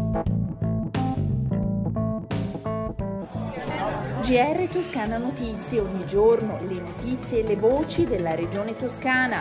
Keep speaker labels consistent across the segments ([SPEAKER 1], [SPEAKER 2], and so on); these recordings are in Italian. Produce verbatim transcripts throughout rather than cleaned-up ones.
[SPEAKER 1] G R Toscana Notizie, ogni giorno le notizie e le voci della regione toscana.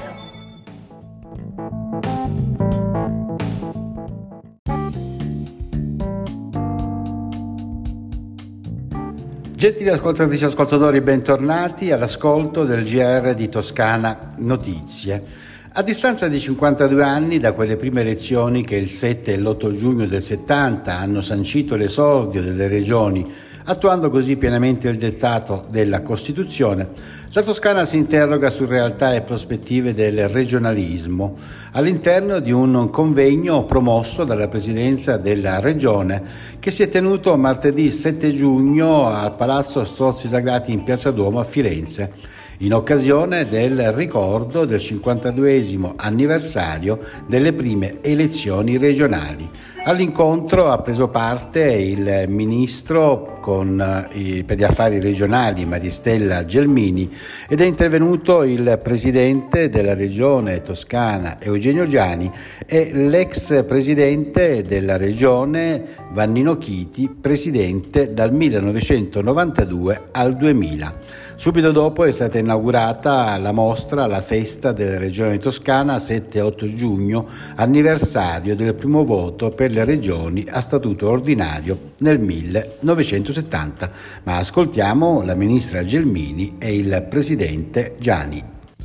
[SPEAKER 2] Gentili ascoltatrici e ascoltatori, bentornati all'ascolto del G R di Toscana Notizie. A distanza di cinquantadue anni da quelle prime elezioni che il sette e l'otto giugno del settanta hanno sancito l'esordio delle regioni, attuando così pienamente il dettato della Costituzione, la Toscana si interroga su realtà e prospettive del regionalismo all'interno di un convegno promosso dalla Presidenza della Regione che si è tenuto martedì sette giugno al Palazzo Strozzi Sagrati in Piazza Duomo a Firenze, in occasione del ricordo del cinquantaduesimo anniversario delle prime elezioni regionali. All'incontro ha preso parte il ministro con, eh, per gli affari regionali Maristella Gelmini ed è intervenuto il presidente della regione toscana Eugenio Giani e l'ex presidente della regione Vannino Chiti, presidente dal millenovecentonovantadue al duemila. Subito dopo è stata inaugurata la mostra La festa della regione toscana sette e otto giugno, anniversario del primo voto per le regioni a statuto ordinario nel millenovecentosettanta. Ma ascoltiamo la ministra Gelmini e il presidente Giani.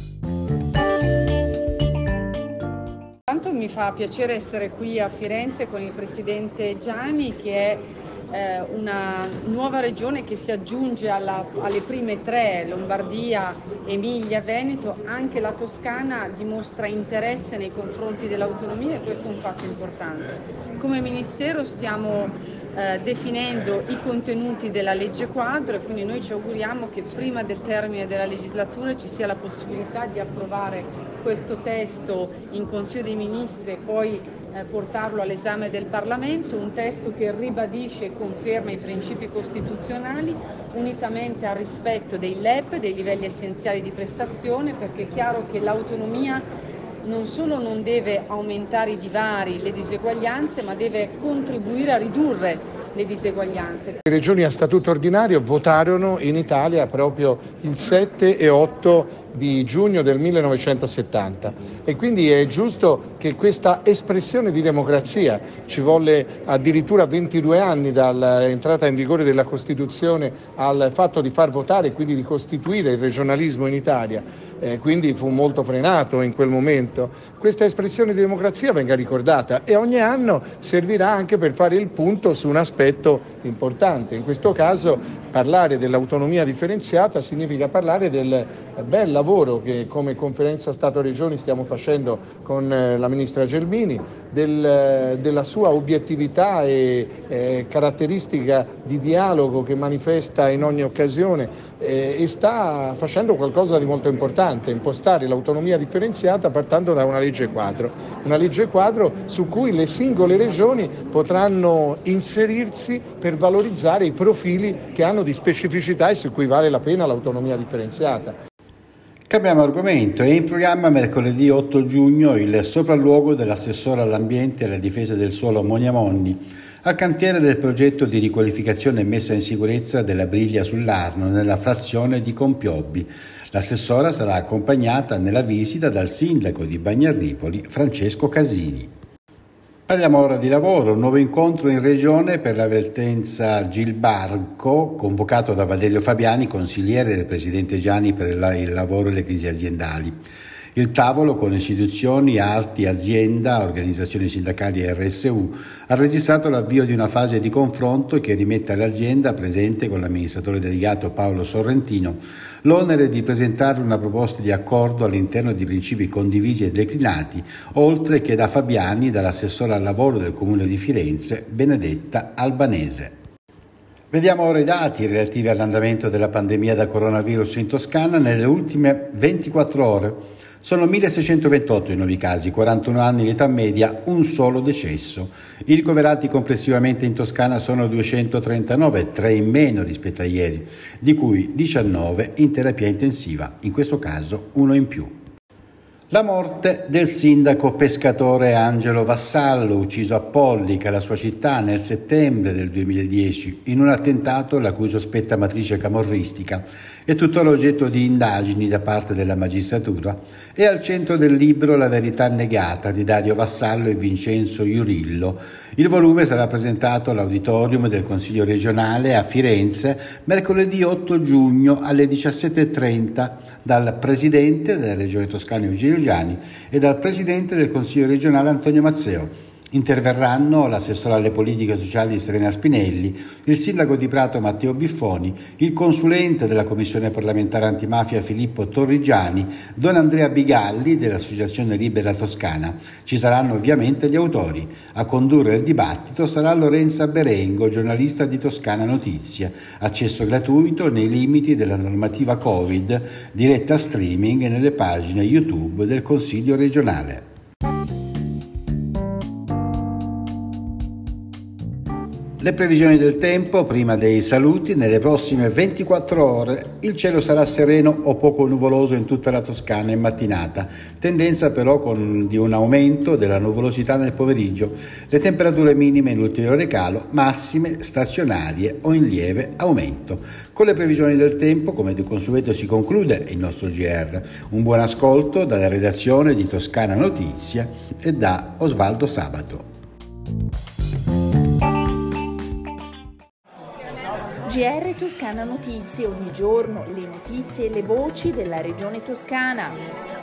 [SPEAKER 3] Intanto mi fa piacere essere qui a Firenze con il presidente Giani, che è eh, una nuova regione che si aggiunge alla, alle prime tre, Lombardia, Emilia, Veneto. Anche la Toscana dimostra interesse nei confronti dell'autonomia e questo è un fatto importante. Come Ministero stiamo Eh, definendo i contenuti della legge quadro e quindi noi ci auguriamo che prima del termine della legislatura ci sia la possibilità di approvare questo testo in Consiglio dei Ministri e poi eh, portarlo all'esame del Parlamento, un testo che ribadisce e conferma i principi costituzionali unitamente al rispetto dei L E P, dei livelli essenziali di prestazione, perché è chiaro che l'autonomia non solo non deve aumentare i divari, le diseguaglianze, ma deve contribuire a ridurre le diseguaglianze.
[SPEAKER 4] Le regioni a statuto ordinario votarono in Italia proprio il sette e otto di giugno del millenovecentosettanta e quindi è giusto che questa espressione di democrazia, ci volle addirittura ventidue anni dall'entrata in vigore della Costituzione al fatto di far votare e quindi di costituire il regionalismo in Italia, eh, quindi fu molto frenato in quel momento, questa espressione di democrazia venga ricordata e ogni anno servirà anche per fare il punto su un aspetto importante. In questo caso parlare dell'autonomia differenziata significa parlare del bel lavoro che come Conferenza Stato-Regioni stiamo facendo con la ministra Gelmini, del, della sua obiettività e eh, caratteristica di dialogo che manifesta in ogni occasione eh, e sta facendo qualcosa di molto importante, impostare l'autonomia differenziata partendo da una legge quadro, una legge quadro su cui le singole regioni potranno inserirsi per valorizzare i profili che hanno di specificità e su cui vale la pena l'autonomia differenziata.
[SPEAKER 2] Cambiamo argomento. È in programma mercoledì otto giugno il sopralluogo dell'assessore all'ambiente e alla difesa del suolo Monia Monni al cantiere del progetto di riqualificazione e messa in sicurezza della briglia sull'Arno nella frazione di Compiobbi. L'assessora sarà accompagnata nella visita dal sindaco di Bagnarripoli Francesco Casini. Parliamo ora di lavoro, un nuovo incontro in regione per la vertenza Gilbarco, convocato da Valerio Fabiani, consigliere del presidente Giani per il lavoro e le crisi aziendali. Il tavolo con istituzioni, arti, azienda, organizzazioni sindacali e R S U ha registrato l'avvio di una fase di confronto che rimette all'azienda, presente con l'amministratore delegato Paolo Sorrentino, l'onere di presentare una proposta di accordo all'interno di principi condivisi e declinati, oltre che da Fabiani, dall'assessore al lavoro del Comune di Firenze, Benedetta Albanese. Vediamo ora i dati relativi all'andamento della pandemia da coronavirus in Toscana nelle ultime ventiquattro ore. Sono milleseicentoventotto i nuovi casi, quarantuno anni l'età media, un solo decesso. I ricoverati complessivamente in Toscana sono duecentotrentanove, tre in meno rispetto a ieri, di cui diciannove in terapia intensiva, in questo caso uno in più. La morte del sindaco pescatore Angelo Vassallo, ucciso a Pollica, la sua città, nel settembre del duemiladieci, in un attentato la cui sospetta matrice camorristica è tuttora oggetto di indagini da parte della magistratura, è al centro del libro La verità negata di Dario Vassallo e Vincenzo Iurillo. Il volume sarà presentato all'auditorium del Consiglio regionale a Firenze mercoledì otto giugno alle diciassette e trenta dal Presidente della Regione Toscana Eugenio Giani e dal Presidente del Consiglio regionale Antonio Mazzeo. Interverranno l'assessore alle politiche sociali Serena Spinelli, il sindaco di Prato Matteo Biffoni, il consulente della Commissione parlamentare antimafia Filippo Torrigiani, Don Andrea Bigalli dell'Associazione Libera Toscana. Ci saranno ovviamente gli autori. A condurre il dibattito sarà Lorenza Berengo, giornalista di Toscana Notizie. Accesso gratuito nei limiti della normativa Covid, diretta streaming nelle pagine YouTube del Consiglio regionale. Le previsioni del tempo, prima dei saluti: nelle prossime ventiquattro ore il cielo sarà sereno o poco nuvoloso in tutta la Toscana in mattinata, tendenza però con, di un aumento della nuvolosità nel pomeriggio, le temperature minime in ulteriore calo, massime stazionarie o in lieve aumento. Con le previsioni del tempo, come di consueto, si conclude il nostro G R. Un buon ascolto dalla redazione di Toscana Notizie e da Osvaldo Sabato.
[SPEAKER 1] G R Toscana Notizie, ogni giorno le notizie e le voci della regione toscana.